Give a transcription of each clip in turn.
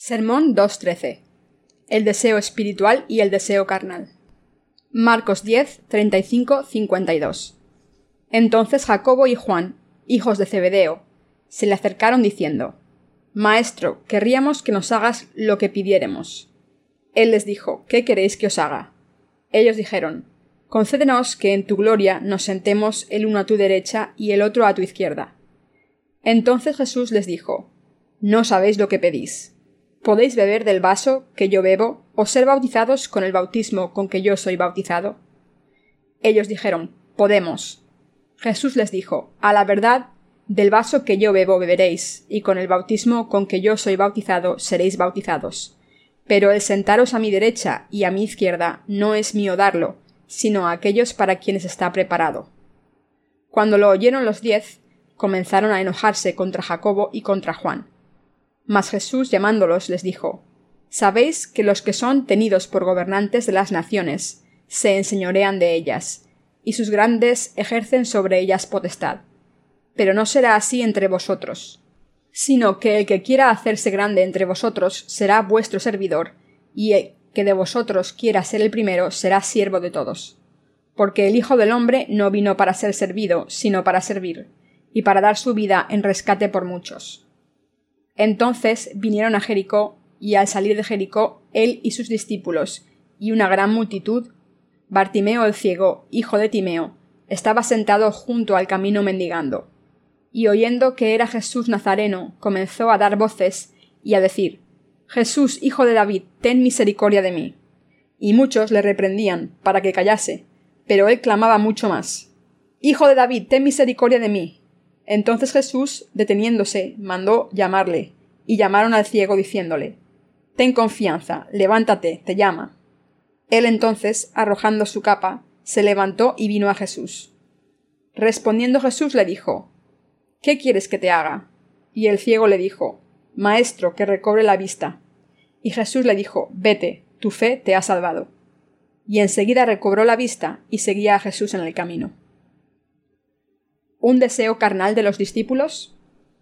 Sermón 2.13. El deseo espiritual y el deseo carnal. Marcos 10, 35, 52. Entonces Jacobo y Juan, hijos de Zebedeo, se le acercaron diciendo: Maestro, querríamos que nos hagas lo que pidiéremos. Él les dijo: ¿Qué queréis que os haga? Ellos dijeron: Concédenos que en tu gloria nos sentemos el uno a tu derecha y el otro a tu izquierda. Entonces Jesús les dijo: No sabéis lo que pedís. ¿Podéis beber del vaso que yo bebo, o ser bautizados con el bautismo con que yo soy bautizado? Ellos dijeron: Podemos. Jesús les dijo: A la verdad, del vaso que yo bebo beberéis, y con el bautismo con que yo soy bautizado seréis bautizados. Pero el sentaros a mi derecha y a mi izquierda no es mío darlo, sino a aquellos para quienes está preparado. Cuando lo oyeron los 10, comenzaron a enojarse contra Jacobo y contra Juan. Mas Jesús, llamándolos, les dijo: Sabéis que los que son tenidos por gobernantes de las naciones se enseñorean de ellas, y sus grandes ejercen sobre ellas potestad. Pero no será así entre vosotros, sino que el que quiera hacerse grande entre vosotros será vuestro servidor, y el que de vosotros quiera ser el primero será siervo de todos. Porque el Hijo del Hombre no vino para ser servido, sino para servir, y para dar su vida en rescate por muchos. Entonces vinieron a Jericó, y al salir de Jericó, él y sus discípulos, y una gran multitud, Bartimeo el ciego, hijo de Timeo, estaba sentado junto al camino mendigando. Y oyendo que era Jesús Nazareno, comenzó a dar voces y a decir: Jesús, hijo de David, ten misericordia de mí. Y muchos le reprendían para que callase, pero él clamaba mucho más: Hijo de David, ten misericordia de mí. Entonces Jesús, deteniéndose, mandó llamarle, y llamaron al ciego diciéndole: Ten confianza, levántate, te llama. Él entonces, arrojando su capa, se levantó y vino a Jesús. Respondiendo Jesús le dijo: ¿Qué quieres que te haga? Y el ciego le dijo: Maestro, que recobre la vista. Y Jesús le dijo: Vete, tu fe te ha salvado. Y enseguida recobró la vista y seguía a Jesús en el camino. ¿Un deseo carnal de los discípulos?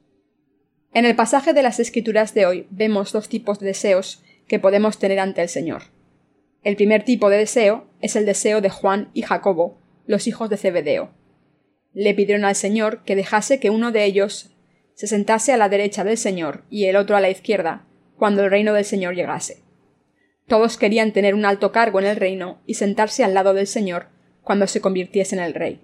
En el pasaje de las Escrituras de hoy vemos dos tipos de deseos que podemos tener ante el Señor. El primer tipo de deseo es el deseo de Juan y Jacobo, los hijos de Zebedeo. Le pidieron al Señor que dejase que uno de ellos se sentase a la derecha del Señor y el otro a la izquierda, cuando el reino del Señor llegase. Todos querían tener un alto cargo en el reino y sentarse al lado del Señor cuando se convirtiese en el rey.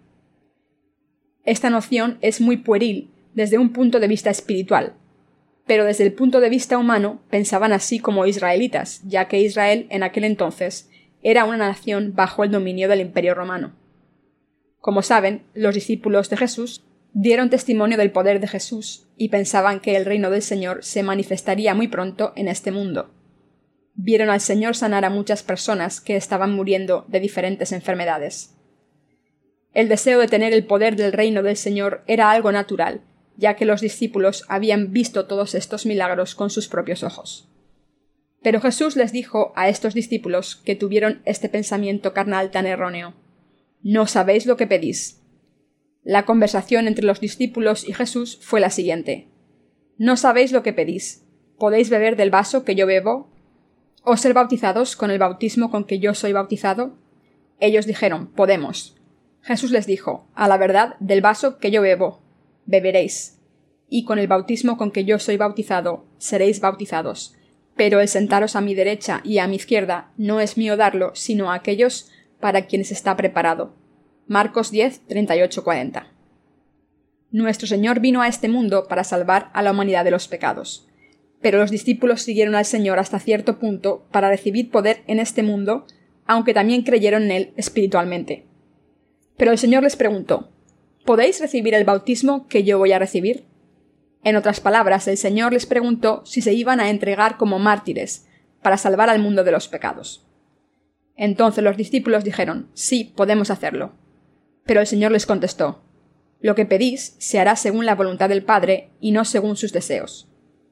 Esta noción es muy pueril desde un punto de vista espiritual, pero desde el punto de vista humano pensaban así como israelitas, ya que Israel en aquel entonces era una nación bajo el dominio del Imperio Romano. Como saben, los discípulos de Jesús dieron testimonio del poder de Jesús y pensaban que el reino del Señor se manifestaría muy pronto en este mundo. Vieron al Señor sanar a muchas personas que estaban muriendo de diferentes enfermedades. El deseo de tener el poder del reino del Señor era algo natural, ya que los discípulos habían visto todos estos milagros con sus propios ojos. Pero Jesús les dijo a estos discípulos que tuvieron este pensamiento carnal tan erróneo: No sabéis lo que pedís. La conversación entre los discípulos y Jesús fue la siguiente: No sabéis lo que pedís. ¿Podéis beber del vaso que yo bebo, o ser bautizados con el bautismo con que yo soy bautizado? Ellos dijeron: Podemos. Jesús les dijo: A la verdad, del vaso que yo bebo, beberéis, y con el bautismo con que yo soy bautizado, seréis bautizados. Pero el sentaros a mi derecha y a mi izquierda no es mío darlo, sino a aquellos para quienes está preparado. Marcos 10, 38-40. Nuestro Señor vino a este mundo para salvar a la humanidad de los pecados. Pero los discípulos siguieron al Señor hasta cierto punto para recibir poder en este mundo, aunque también creyeron en Él espiritualmente. Pero el Señor les preguntó: ¿Podéis recibir el bautismo que yo voy a recibir? En otras palabras, el Señor les preguntó si se iban a entregar como mártires para salvar al mundo de los pecados. Entonces los discípulos dijeron: Sí, podemos hacerlo. Pero el Señor les contestó: Lo que pedís se hará según la voluntad del Padre y no según sus deseos.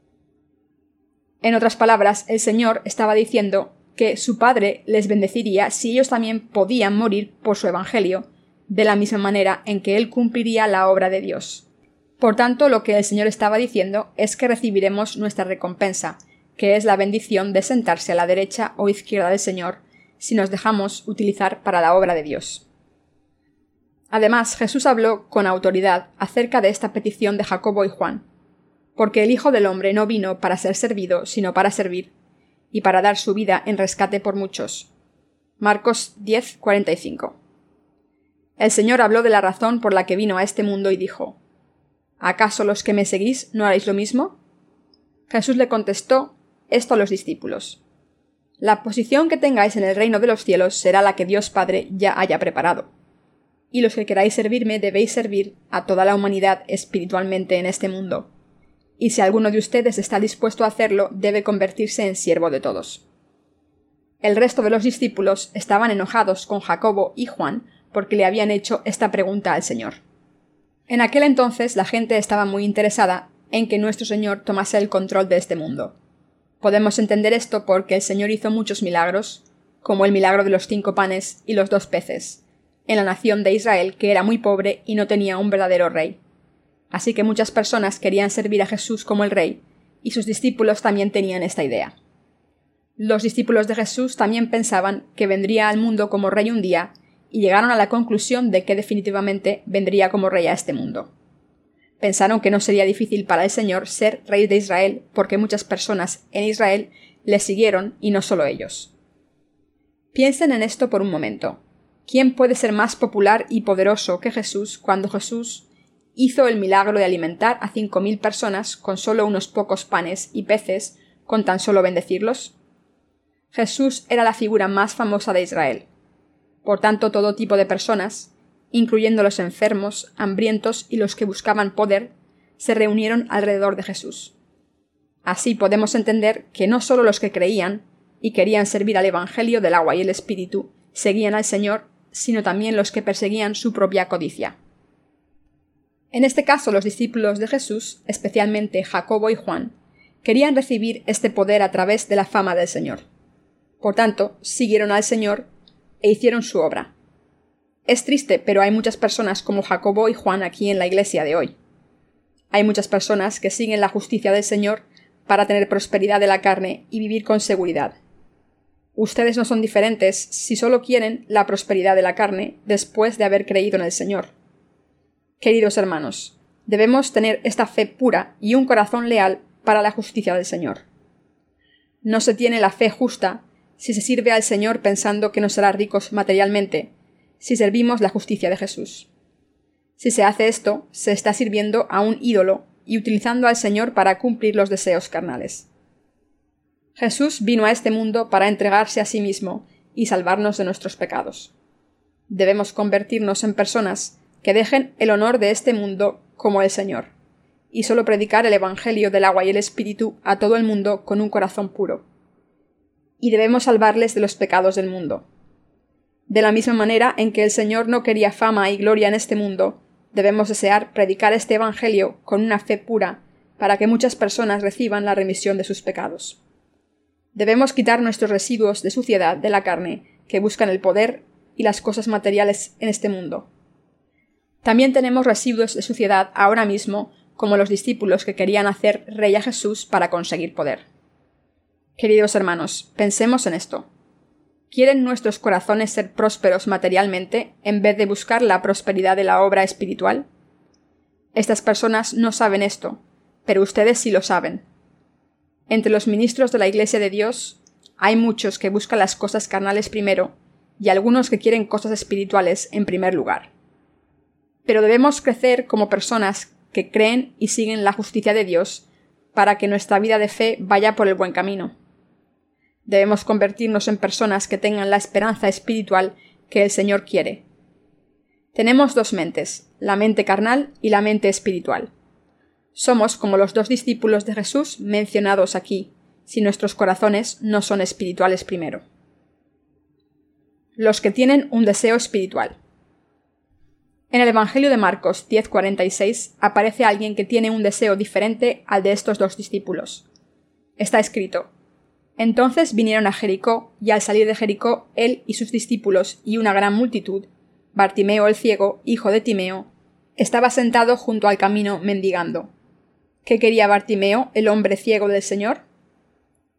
En otras palabras, el Señor estaba diciendo que su Padre les bendeciría si ellos también podían morir por su Evangelio, de la misma manera en que Él cumpliría la obra de Dios. Por tanto, lo que el Señor estaba diciendo es que recibiremos nuestra recompensa, que es la bendición de sentarse a la derecha o izquierda del Señor si nos dejamos utilizar para la obra de Dios. Además, Jesús habló con autoridad acerca de esta petición de Jacobo y Juan, porque el Hijo del Hombre no vino para ser servido, sino para servir, y para dar su vida en rescate por muchos. Marcos 10:45. El Señor habló de la razón por la que vino a este mundo y dijo: ¿Acaso los que me seguís no haréis lo mismo? Jesús le contestó esto a los discípulos: La posición que tengáis en el reino de los cielos será la que Dios Padre ya haya preparado. Y los que queráis servirme debéis servir a toda la humanidad espiritualmente en este mundo. Y si alguno de ustedes está dispuesto a hacerlo, debe convertirse en siervo de todos. El resto de los discípulos estaban enojados con Jacobo y Juan porque le habían hecho esta pregunta al Señor. En aquel entonces la gente estaba muy interesada en que nuestro Señor tomase el control de este mundo. Podemos entender esto porque el Señor hizo muchos milagros, como el milagro de los 5 panes y los 2 peces, en la nación de Israel, que era muy pobre y no tenía un verdadero rey. Así que muchas personas querían servir a Jesús como el rey, y sus discípulos también tenían esta idea. Los discípulos de Jesús también pensaban que vendría al mundo como rey un día, y llegaron a la conclusión de que definitivamente vendría como rey a este mundo. Pensaron que no sería difícil para el Señor ser rey de Israel, porque muchas personas en Israel le siguieron y no solo ellos. Piensen en esto por un momento. ¿Quién puede ser más popular y poderoso que Jesús cuando Jesús hizo el milagro de alimentar a 5.000 personas con solo unos pocos panes y peces con tan solo bendecirlos? Jesús era la figura más famosa de Israel. Por tanto, todo tipo de personas, incluyendo los enfermos, hambrientos y los que buscaban poder, se reunieron alrededor de Jesús. Así podemos entender que no solo los que creían y querían servir al Evangelio del agua y el Espíritu seguían al Señor, sino también los que perseguían su propia codicia. En este caso, los discípulos de Jesús, especialmente Jacobo y Juan, querían recibir este poder a través de la fama del Señor. Por tanto, siguieron al Señor e hicieron su obra. Es triste, pero hay muchas personas como Jacobo y Juan aquí en la iglesia de hoy. Hay muchas personas que siguen la justicia del Señor para tener prosperidad de la carne y vivir con seguridad. Ustedes no son diferentes si solo quieren la prosperidad de la carne después de haber creído en el Señor. Queridos hermanos, debemos tener esta fe pura y un corazón leal para la justicia del Señor. No se tiene la fe justa si se sirve al Señor pensando que nos hará ricos materialmente, si servimos la justicia de Jesús. Si se hace esto, se está sirviendo a un ídolo y utilizando al Señor para cumplir los deseos carnales. Jesús vino a este mundo para entregarse a sí mismo y salvarnos de nuestros pecados. Debemos convertirnos en personas que dejen el honor de este mundo como el Señor, y solo predicar el Evangelio del agua y el Espíritu a todo el mundo con un corazón puro. Y debemos salvarles de los pecados del mundo. De la misma manera en que el Señor no quería fama y gloria en este mundo, debemos desear predicar este Evangelio con una fe pura para que muchas personas reciban la remisión de sus pecados. Debemos quitar nuestros residuos de suciedad de la carne que buscan el poder y las cosas materiales en este mundo. También tenemos residuos de suciedad ahora mismo, como los discípulos que querían hacer rey a Jesús para conseguir poder. Queridos hermanos, pensemos en esto. ¿Quieren nuestros corazones ser prósperos materialmente en vez de buscar la prosperidad de la obra espiritual? Estas personas no saben esto, pero ustedes sí lo saben. Entre los ministros de la Iglesia de Dios hay muchos que buscan las cosas carnales primero y algunos que quieren cosas espirituales en primer lugar. Pero debemos crecer como personas que creen y siguen la justicia de Dios para que nuestra vida de fe vaya por el buen camino. Debemos convertirnos en personas que tengan la esperanza espiritual que el Señor quiere. Tenemos 2 mentes, la mente carnal y la mente espiritual. Somos como los 2 discípulos de Jesús mencionados aquí, si nuestros corazones no son espirituales primero. Los que tienen un deseo espiritual. En el Evangelio de Marcos 10:46 aparece alguien que tiene un deseo diferente al de estos 2 discípulos. Está escrito: Entonces vinieron a Jericó, y al salir de Jericó, él y sus discípulos y una gran multitud, Bartimeo el ciego, hijo de Timeo, estaba sentado junto al camino mendigando. ¿Qué quería Bartimeo, el hombre ciego del Señor?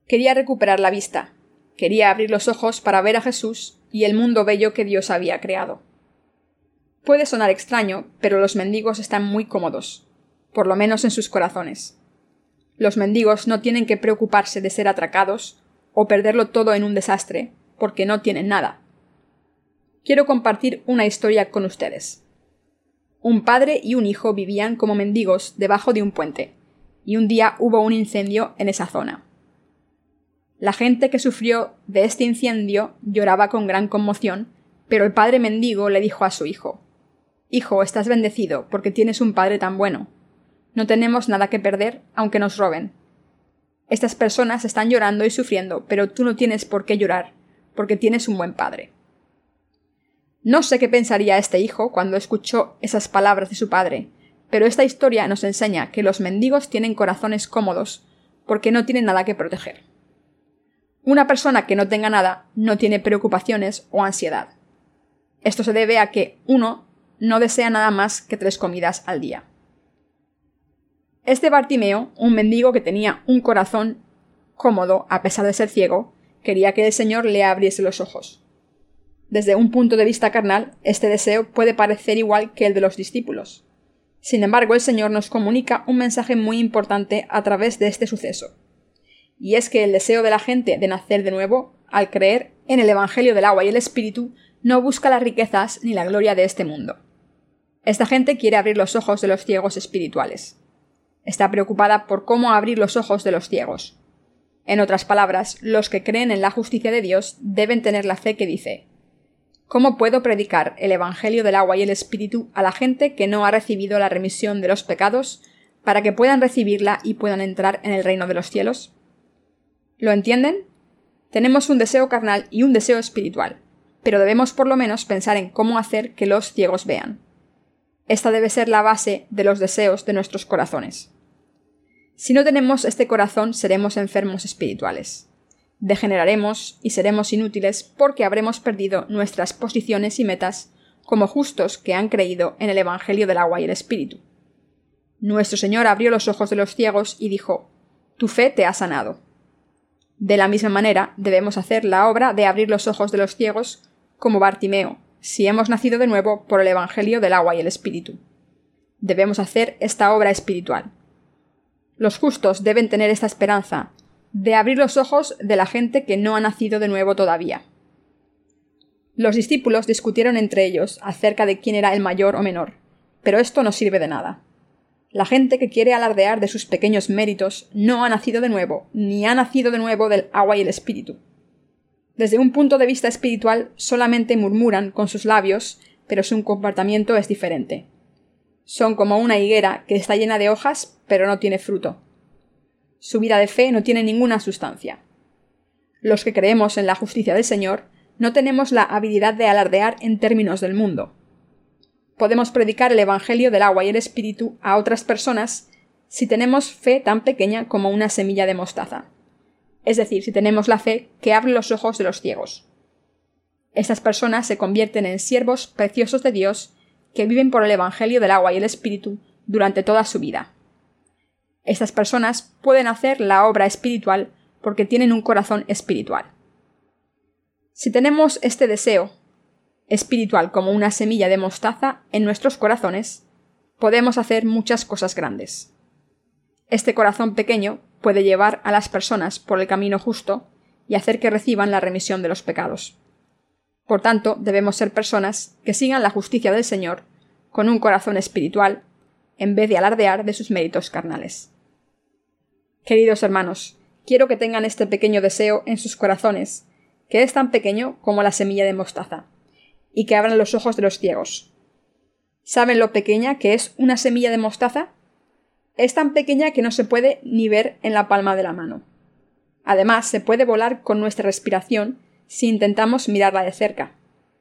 Quería recuperar la vista. Quería abrir los ojos para ver a Jesús y el mundo bello que Dios había creado. Puede sonar extraño, pero los mendigos están muy cómodos, por lo menos en sus corazones. Los mendigos no tienen que preocuparse de ser atracados o perderlo todo en un desastre, porque no tienen nada. Quiero compartir una historia con ustedes. Un padre y un hijo vivían como mendigos debajo de un puente, y un día hubo un incendio en esa zona. La gente que sufrió de este incendio lloraba con gran conmoción, pero el padre mendigo le dijo a su hijo: «Hijo, estás bendecido porque tienes un padre tan bueno. No tenemos nada que perder, aunque nos roben. Estas personas están llorando y sufriendo, pero tú no tienes por qué llorar, porque tienes un buen padre». No sé qué pensaría este hijo cuando escuchó esas palabras de su padre, pero esta historia nos enseña que los mendigos tienen corazones cómodos porque no tienen nada que proteger. Una persona que no tenga nada no tiene preocupaciones o ansiedad. Esto se debe a que uno no desea nada más que 3 comidas al día. Este Bartimeo, un mendigo que tenía un corazón cómodo a pesar de ser ciego, quería que el Señor le abriese los ojos. Desde un punto de vista carnal, este deseo puede parecer igual que el de los discípulos. Sin embargo, el Señor nos comunica un mensaje muy importante a través de este suceso. Y es que el deseo de la gente de nacer de nuevo, al creer en el Evangelio del agua y el Espíritu, no busca las riquezas ni la gloria de este mundo. Esta gente quiere abrir los ojos de los ciegos espirituales. Está preocupada por cómo abrir los ojos de los ciegos. En otras palabras, los que creen en la justicia de Dios deben tener la fe que dice: ¿cómo puedo predicar el Evangelio del agua y el Espíritu a la gente que no ha recibido la remisión de los pecados para que puedan recibirla y puedan entrar en el reino de los cielos? ¿Lo entienden? Tenemos un deseo carnal y un deseo espiritual, pero debemos por lo menos pensar en cómo hacer que los ciegos vean. Esta debe ser la base de los deseos de nuestros corazones. Si no tenemos este corazón, seremos enfermos espirituales. Degeneraremos y seremos inútiles porque habremos perdido nuestras posiciones y metas como justos que han creído en el Evangelio del agua y el Espíritu. Nuestro Señor abrió los ojos de los ciegos y dijo: «Tu fe te ha sanado». De la misma manera, debemos hacer la obra de abrir los ojos de los ciegos como Bartimeo, si hemos nacido de nuevo por el Evangelio del agua y el Espíritu. Debemos hacer esta obra espiritual. Los justos deben tener esta esperanza de abrir los ojos de la gente que no ha nacido de nuevo todavía. Los discípulos discutieron entre ellos acerca de quién era el mayor o menor, pero esto no sirve de nada. La gente que quiere alardear de sus pequeños méritos no ha nacido de nuevo, ni ha nacido de nuevo del agua y el Espíritu. Desde un punto de vista espiritual, solamente murmuran con sus labios, pero su comportamiento es diferente. Son como una higuera que está llena de hojas, pero no tiene fruto. Su vida de fe no tiene ninguna sustancia. Los que creemos en la justicia del Señor no tenemos la habilidad de alardear en términos del mundo. Podemos predicar el Evangelio del agua y el Espíritu a otras personas si tenemos fe tan pequeña como una semilla de mostaza. Es decir, si tenemos la fe que abre los ojos de los ciegos. Estas personas se convierten en siervos preciosos de Dios que viven por el Evangelio del agua y el Espíritu durante toda su vida. Estas personas pueden hacer la obra espiritual porque tienen un corazón espiritual. Si tenemos este deseo espiritual como una semilla de mostaza en nuestros corazones, podemos hacer muchas cosas grandes. Este corazón pequeño puede llevar a las personas por el camino justo y hacer que reciban la remisión de los pecados. Por tanto, debemos ser personas que sigan la justicia del Señor con un corazón espiritual en vez de alardear de sus méritos carnales. Queridos hermanos, quiero que tengan este pequeño deseo en sus corazones, que es tan pequeño como la semilla de mostaza, y que abran los ojos de los ciegos. ¿Saben lo pequeña que es una semilla de mostaza? Es tan pequeña que no se puede ni ver en la palma de la mano. Además, se puede volar con nuestra respiración si intentamos mirarla de cerca.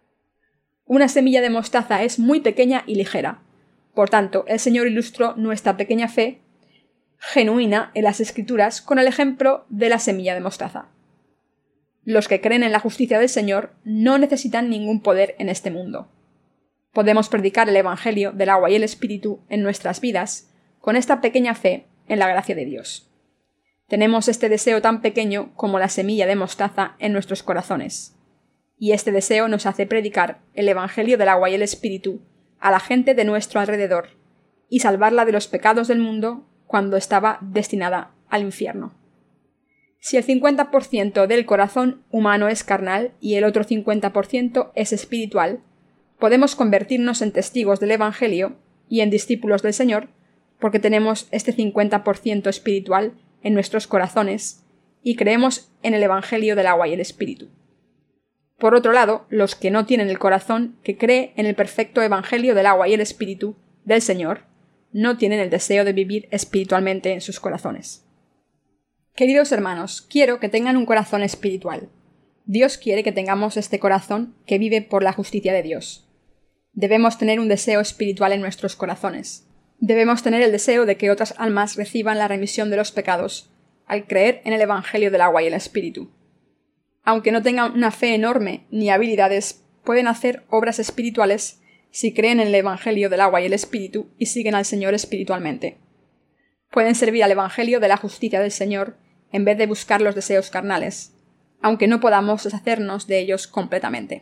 Una semilla de mostaza es muy pequeña y ligera. Por tanto, el Señor ilustró nuestra pequeña fe genuina en las Escrituras con el ejemplo de la semilla de mostaza. Los que creen en la justicia del Señor no necesitan ningún poder en este mundo. Podemos predicar el Evangelio del agua y el Espíritu en nuestras vidas con esta pequeña fe en la gracia de Dios. Tenemos este deseo tan pequeño como la semilla de mostaza en nuestros corazones. Y este deseo nos hace predicar el Evangelio del agua y el Espíritu a la gente de nuestro alrededor y salvarla de los pecados del mundo cuando estaba destinada al infierno. Si el 50% del corazón humano es carnal y el otro 50% es espiritual, podemos convertirnos en testigos del Evangelio y en discípulos del Señor porque tenemos este 50% espiritual en nuestros corazones y creemos en el Evangelio del agua y el Espíritu. Por otro lado, los que no tienen el corazón que cree en el perfecto Evangelio del agua y el Espíritu del Señor, no tienen el deseo de vivir espiritualmente en sus corazones. Queridos hermanos, quiero que tengan un corazón espiritual. Dios quiere que tengamos este corazón que vive por la justicia de Dios. Debemos tener un deseo espiritual en nuestros corazones. Debemos tener el deseo de que otras almas reciban la remisión de los pecados al creer en el Evangelio del agua y el Espíritu. Aunque no tengan una fe enorme ni habilidades, pueden hacer obras espirituales si creen en el Evangelio del agua y el Espíritu y siguen al Señor espiritualmente. Pueden servir al Evangelio de la justicia del Señor en vez de buscar los deseos carnales, aunque no podamos deshacernos de ellos completamente.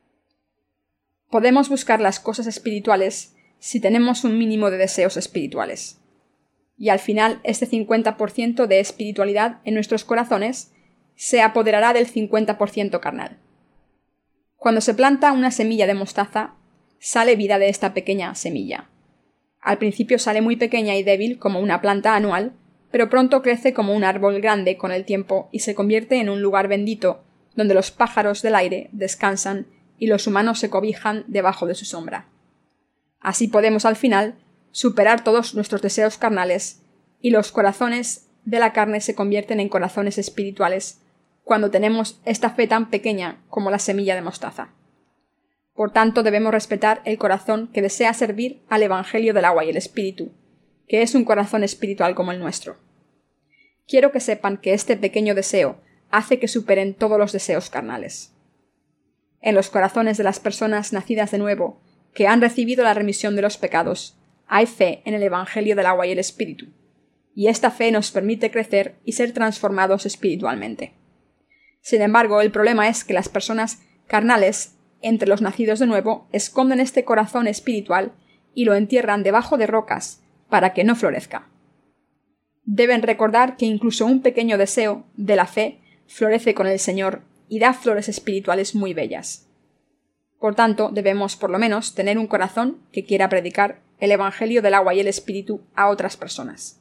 Podemos buscar las cosas espirituales si tenemos un mínimo de deseos espirituales. Y al final, este 50% de espiritualidad en nuestros corazones se apoderará del 50% carnal. Cuando se planta una semilla de mostaza, sale vida de esta pequeña semilla. Al principio sale muy pequeña y débil como una planta anual, pero pronto crece como un árbol grande con el tiempo y se convierte en un lugar bendito donde los pájaros del aire descansan y los humanos se cobijan debajo de su sombra. Así podemos al final superar todos nuestros deseos carnales y los corazones de la carne se convierten en corazones espirituales cuando tenemos esta fe tan pequeña como la semilla de mostaza. Por tanto, debemos respetar el corazón que desea servir al Evangelio del agua y el Espíritu, que es un corazón espiritual como el nuestro. Quiero que sepan que este pequeño deseo hace que superen todos los deseos carnales. En los corazones de las personas nacidas de nuevo, que han recibido la remisión de los pecados, hay fe en el Evangelio del agua y el Espíritu, y esta fe nos permite crecer y ser transformados espiritualmente. Sin embargo, el problema es que las personas carnales entre los nacidos de nuevo esconden este corazón espiritual y lo entierran debajo de rocas para que no florezca. Deben recordar que incluso un pequeño deseo de la fe florece con el Señor y da flores espirituales muy bellas. Por tanto, debemos por lo menos tener un corazón que quiera predicar el Evangelio del agua y el Espíritu a otras personas.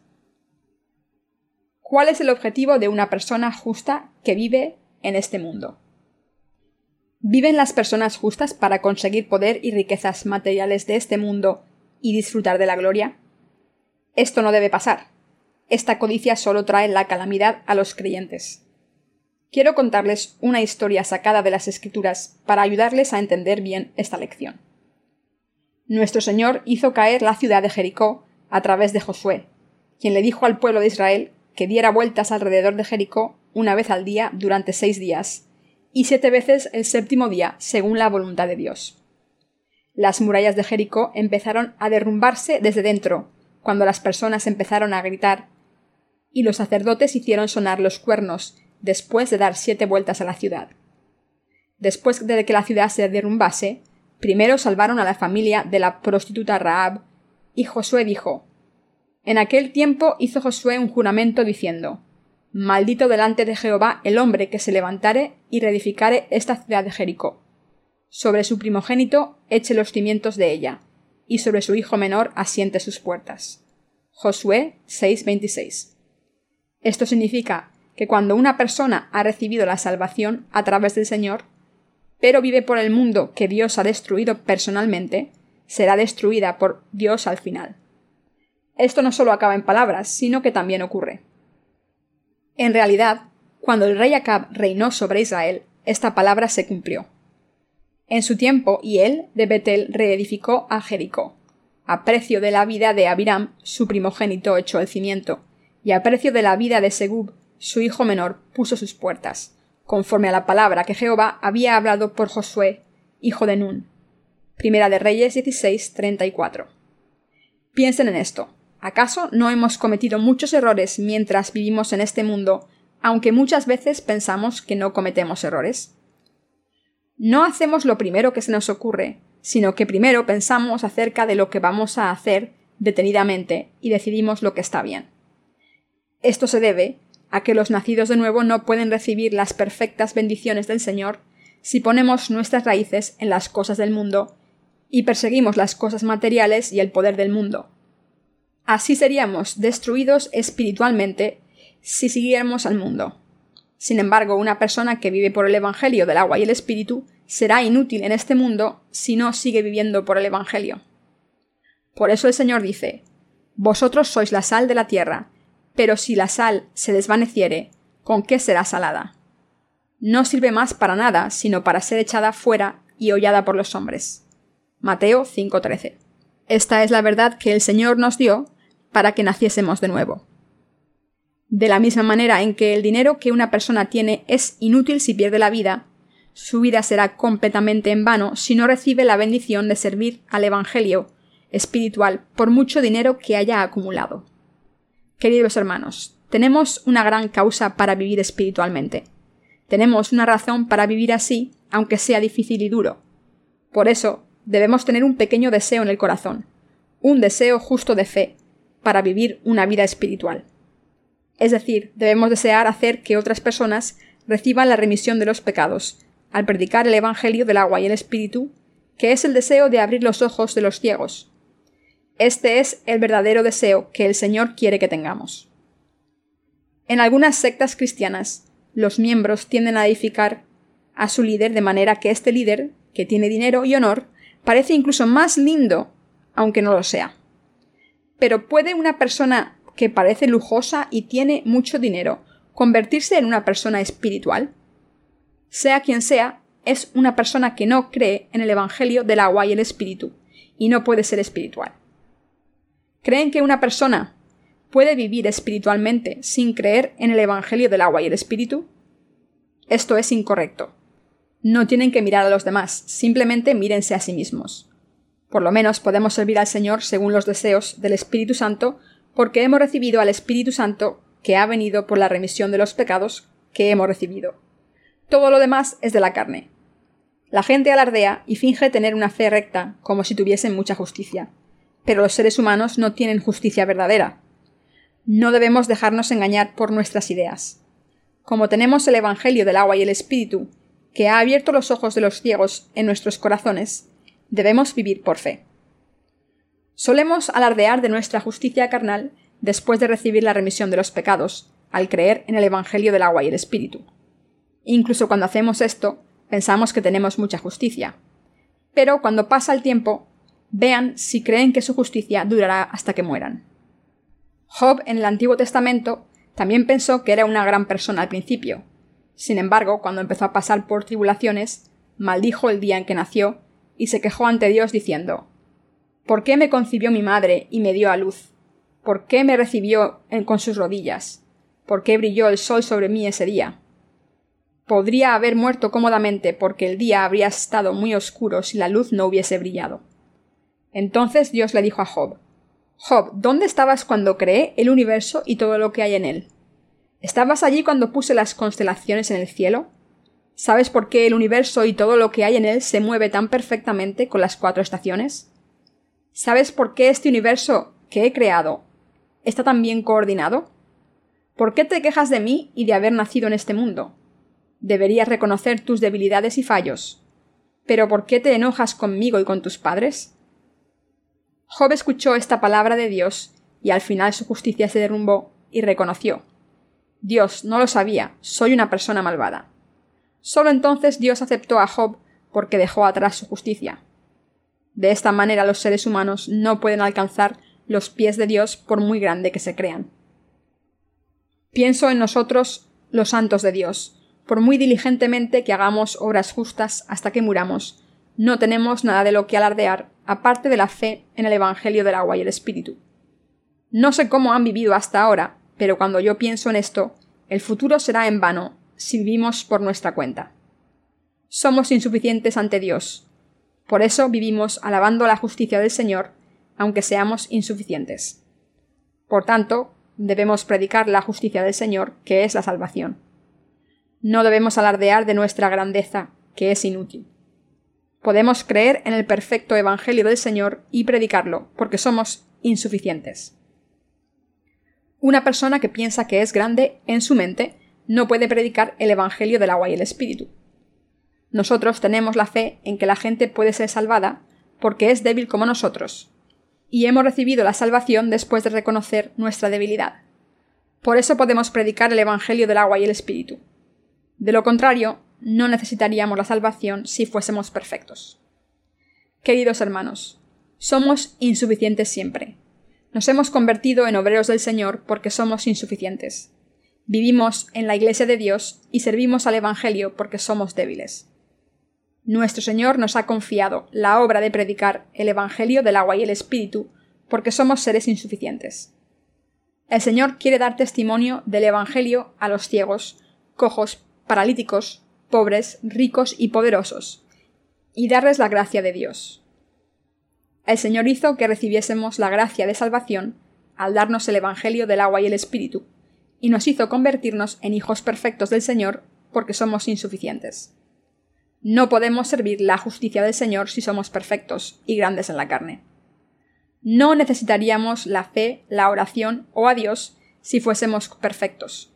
¿Cuál es el objetivo de una persona justa que vive en este mundo? ¿Viven las personas justas para conseguir poder y riquezas materiales de este mundo y disfrutar de la gloria? Esto no debe pasar. Esta codicia solo trae la calamidad a los creyentes. Quiero contarles una historia sacada de las Escrituras para ayudarles a entender bien esta lección. Nuestro Señor hizo caer la ciudad de Jericó a través de Josué, quien le dijo al pueblo de Israel que diera vueltas alrededor de Jericó una vez al día durante 6 días, y 7 veces el 7º día, según la voluntad de Dios. Las murallas de Jericó empezaron a derrumbarse desde dentro, cuando las personas empezaron a gritar, y los sacerdotes hicieron sonar los cuernos después de dar 7 vueltas a la ciudad. Después de que la ciudad se derrumbase, primero salvaron a la familia de la prostituta Rahab, y Josué dijo: En aquel tiempo hizo Josué un juramento diciendo: Maldito delante de Jehová el hombre que se levantare y reedificare esta ciudad de Jericó. Sobre su primogénito eche los cimientos de ella, y sobre su hijo menor asiente sus puertas. Josué 6:26. Esto significa que cuando una persona ha recibido la salvación a través del Señor, pero vive por el mundo que Dios ha destruido personalmente, será destruida por Dios al final. Esto no solo acaba en palabras, sino que también ocurre. En realidad, cuando el rey Acab reinó sobre Israel, esta palabra se cumplió. En su tiempo, Hiel de Betel reedificó a Jericó. A precio de la vida de Abiram, su primogénito echó el cimiento, y a precio de la vida de Segub, su hijo menor, puso sus puertas, conforme a la palabra que Jehová había hablado por Josué, hijo de Nun. Primera de Reyes 16:34. Piensen en esto. ¿Acaso no hemos cometido muchos errores mientras vivimos en este mundo, aunque muchas veces pensamos que no cometemos errores? No hacemos lo primero que se nos ocurre, sino que primero pensamos acerca de lo que vamos a hacer detenidamente y decidimos lo que está bien. Esto se debe a que los nacidos de nuevo no pueden recibir las perfectas bendiciones del Señor si ponemos nuestras raíces en las cosas del mundo y perseguimos las cosas materiales y el poder del mundo. Así seríamos destruidos espiritualmente si siguiéramos al mundo. Sin embargo, una persona que vive por el Evangelio del agua y el Espíritu será inútil en este mundo si no sigue viviendo por el Evangelio. Por eso el Señor dice: «Vosotros sois la sal de la tierra, pero si la sal se desvaneciere, ¿con qué será salada? No sirve más para nada, sino para ser echada fuera y hollada por los hombres». Mateo 5:13. Esta es la verdad que el Señor nos dio para que naciésemos de nuevo. De la misma manera en que el dinero que una persona tiene es inútil si pierde la vida, su vida será completamente en vano si no recibe la bendición de servir al Evangelio espiritual por mucho dinero que haya acumulado. Queridos hermanos, tenemos una gran causa para vivir espiritualmente. Tenemos una razón para vivir así, aunque sea difícil y duro. Por eso, debemos tener un pequeño deseo en el corazón, un deseo justo de fe, para vivir una vida espiritual. Es decir, debemos desear hacer que otras personas reciban la remisión de los pecados, al predicar el Evangelio del agua y el Espíritu, que es el deseo de abrir los ojos de los ciegos. Este es el verdadero deseo que el Señor quiere que tengamos. En algunas sectas cristianas, los miembros tienden a edificar a su líder de manera que este líder, que tiene dinero y honor, parece incluso más lindo, aunque no lo sea. Pero ¿puede una persona que parece lujosa y tiene mucho dinero convertirse en una persona espiritual? Sea quien sea, es una persona que no cree en el Evangelio del agua y el Espíritu, y no puede ser espiritual. ¿Creen que una persona puede vivir espiritualmente sin creer en el Evangelio del agua y el Espíritu? Esto es incorrecto. No tienen que mirar a los demás, simplemente mírense a sí mismos. Por lo menos podemos servir al Señor según los deseos del Espíritu Santo, porque hemos recibido al Espíritu Santo que ha venido por la remisión de los pecados que hemos recibido. Todo lo demás es de la carne. La gente alardea y finge tener una fe recta, como si tuviesen mucha justicia. Pero los seres humanos no tienen justicia verdadera. No debemos dejarnos engañar por nuestras ideas. Como tenemos el Evangelio del agua y el Espíritu, que ha abierto los ojos de los ciegos en nuestros corazones, debemos vivir por fe. Solemos alardear de nuestra justicia carnal después de recibir la remisión de los pecados, al creer en el Evangelio del agua y el Espíritu. Incluso cuando hacemos esto, pensamos que tenemos mucha justicia. Pero cuando pasa el tiempo, vean si creen que su justicia durará hasta que mueran. Job en el Antiguo Testamento también pensó que era una gran persona al principio. Sin embargo, cuando empezó a pasar por tribulaciones, maldijo el día en que nació y se quejó ante Dios diciendo: ¿Por qué me concibió mi madre y me dio a luz? ¿Por qué me recibió con sus rodillas? ¿Por qué brilló el sol sobre mí ese día? Podría haber muerto cómodamente porque el día habría estado muy oscuro si la luz no hubiese brillado. Entonces Dios le dijo a Job: Job, ¿dónde estabas cuando creé el universo y todo lo que hay en él? ¿Estabas allí cuando puse las constelaciones en el cielo? ¿Sabes por qué el universo y todo lo que hay en él se mueve tan perfectamente con las 4 estaciones? ¿Sabes por qué este universo que he creado está tan bien coordinado? ¿Por qué te quejas de mí y de haber nacido en este mundo? Deberías reconocer tus debilidades y fallos. ¿Pero por qué te enojas conmigo y con tus padres? Job escuchó esta palabra de Dios y al final su justicia se derrumbó y reconoció: Dios, no lo sabía, soy una persona malvada. Solo entonces Dios aceptó a Job porque dejó atrás su justicia. De esta manera los seres humanos no pueden alcanzar los pies de Dios por muy grande que se crean. Pienso en nosotros, los santos de Dios. Por muy diligentemente que hagamos obras justas hasta que muramos, no tenemos nada de lo que alardear, aparte de la fe en el Evangelio del agua y el Espíritu. No sé cómo han vivido hasta ahora, pero cuando yo pienso en esto, el futuro será en vano si vivimos por nuestra cuenta. Somos insuficientes ante Dios. Por eso vivimos alabando la justicia del Señor, aunque seamos insuficientes. Por tanto, debemos predicar la justicia del Señor, que es la salvación. No debemos alardear de nuestra grandeza, que es inútil. Podemos creer en el perfecto Evangelio del Señor y predicarlo, porque somos insuficientes. Una persona que piensa que es grande en su mente no puede predicar el Evangelio del agua y el Espíritu. Nosotros tenemos la fe en que la gente puede ser salvada porque es débil como nosotros, y hemos recibido la salvación después de reconocer nuestra debilidad. Por eso podemos predicar el Evangelio del agua y el Espíritu. De lo contrario, no necesitaríamos la salvación si fuésemos perfectos. Queridos hermanos, somos insuficientes siempre. Nos hemos convertido en obreros del Señor porque somos insuficientes. Vivimos en la Iglesia de Dios y servimos al Evangelio porque somos débiles. Nuestro Señor nos ha confiado la obra de predicar el Evangelio del agua y el Espíritu porque somos seres insuficientes. El Señor quiere dar testimonio del Evangelio a los ciegos, cojos, paralíticos, pobres, ricos y poderosos, y darles la gracia de Dios. El Señor hizo que recibiésemos la gracia de salvación al darnos el Evangelio del agua y el Espíritu, y nos hizo convertirnos en hijos perfectos del Señor porque somos insuficientes. No podemos servir la justicia del Señor si somos perfectos y grandes en la carne. No necesitaríamos la fe, la oración o a Dios si fuésemos perfectos.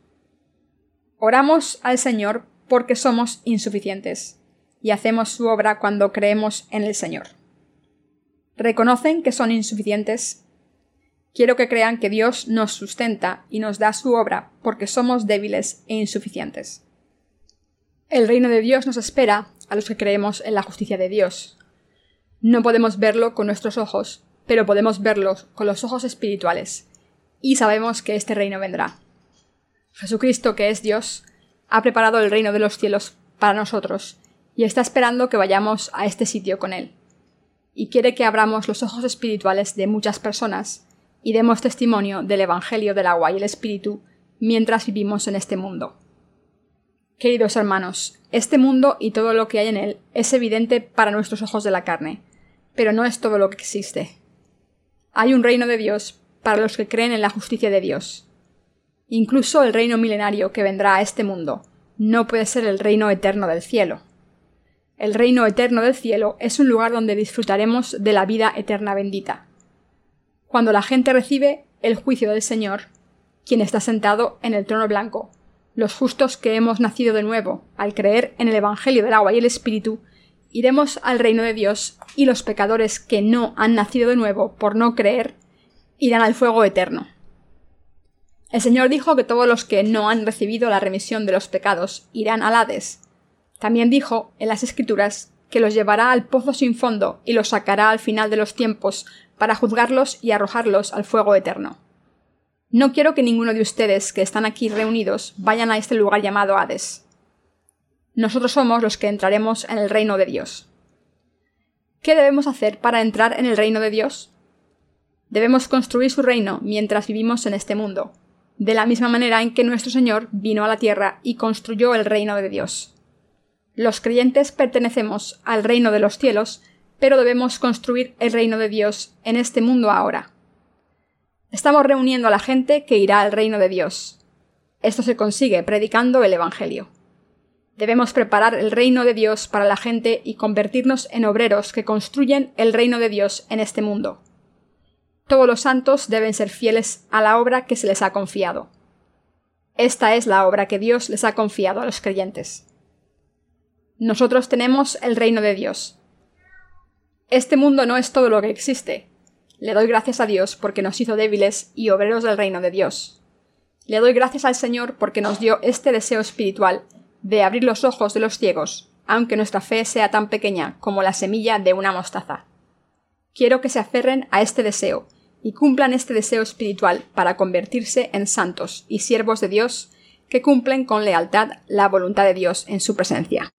Oramos al Señor porque somos insuficientes, y hacemos su obra cuando creemos en el Señor. ¿Reconocen que son insuficientes? Quiero que crean que Dios nos sustenta y nos da su obra porque somos débiles e insuficientes. El reino de Dios nos espera a los que creemos en la justicia de Dios. No podemos verlo con nuestros ojos, pero podemos verlo con los ojos espirituales, y sabemos que este reino vendrá. Jesucristo, que es Dios, ha preparado el reino de los cielos para nosotros, y está esperando que vayamos a este sitio con Él. Y quiere que abramos los ojos espirituales de muchas personas, y demos testimonio del Evangelio del agua y el Espíritu mientras vivimos en este mundo. Queridos hermanos, este mundo y todo lo que hay en él es evidente para nuestros ojos de la carne, pero no es todo lo que existe. Hay un reino de Dios para los que creen en la justicia de Dios. Incluso el reino milenario que vendrá a este mundo no puede ser el reino eterno del cielo. El reino eterno del cielo es un lugar donde disfrutaremos de la vida eterna bendita. Cuando la gente recibe el juicio del Señor, quien está sentado en el trono blanco, los justos que hemos nacido de nuevo, al creer en el Evangelio del agua y el Espíritu, iremos al reino de Dios, y los pecadores que no han nacido de nuevo por no creer, irán al fuego eterno. El Señor dijo que todos los que no han recibido la remisión de los pecados irán al Hades. También dijo en las Escrituras que los llevará al pozo sin fondo y los sacará al final de los tiempos para juzgarlos y arrojarlos al fuego eterno. No quiero que ninguno de ustedes que están aquí reunidos vayan a este lugar llamado Hades. Nosotros somos los que entraremos en el reino de Dios. ¿Qué debemos hacer para entrar en el reino de Dios? Debemos construir su reino mientras vivimos en este mundo, de la misma manera en que nuestro Señor vino a la tierra y construyó el reino de Dios. Los creyentes pertenecemos al reino de los cielos, pero debemos construir el reino de Dios en este mundo ahora. Estamos reuniendo a la gente que irá al reino de Dios. Esto se consigue predicando el Evangelio. Debemos preparar el reino de Dios para la gente y convertirnos en obreros que construyen el reino de Dios en este mundo. Todos los santos deben ser fieles a la obra que se les ha confiado. Esta es la obra que Dios les ha confiado a los creyentes. Nosotros tenemos el reino de Dios. Este mundo no es todo lo que existe. Le doy gracias a Dios porque nos hizo débiles y obreros del reino de Dios. Le doy gracias al Señor porque nos dio este deseo espiritual de abrir los ojos de los ciegos, aunque nuestra fe sea tan pequeña como la semilla de una mostaza. Quiero que se aferren a este deseo y cumplan este deseo espiritual para convertirse en santos y siervos de Dios que cumplen con lealtad la voluntad de Dios en su presencia.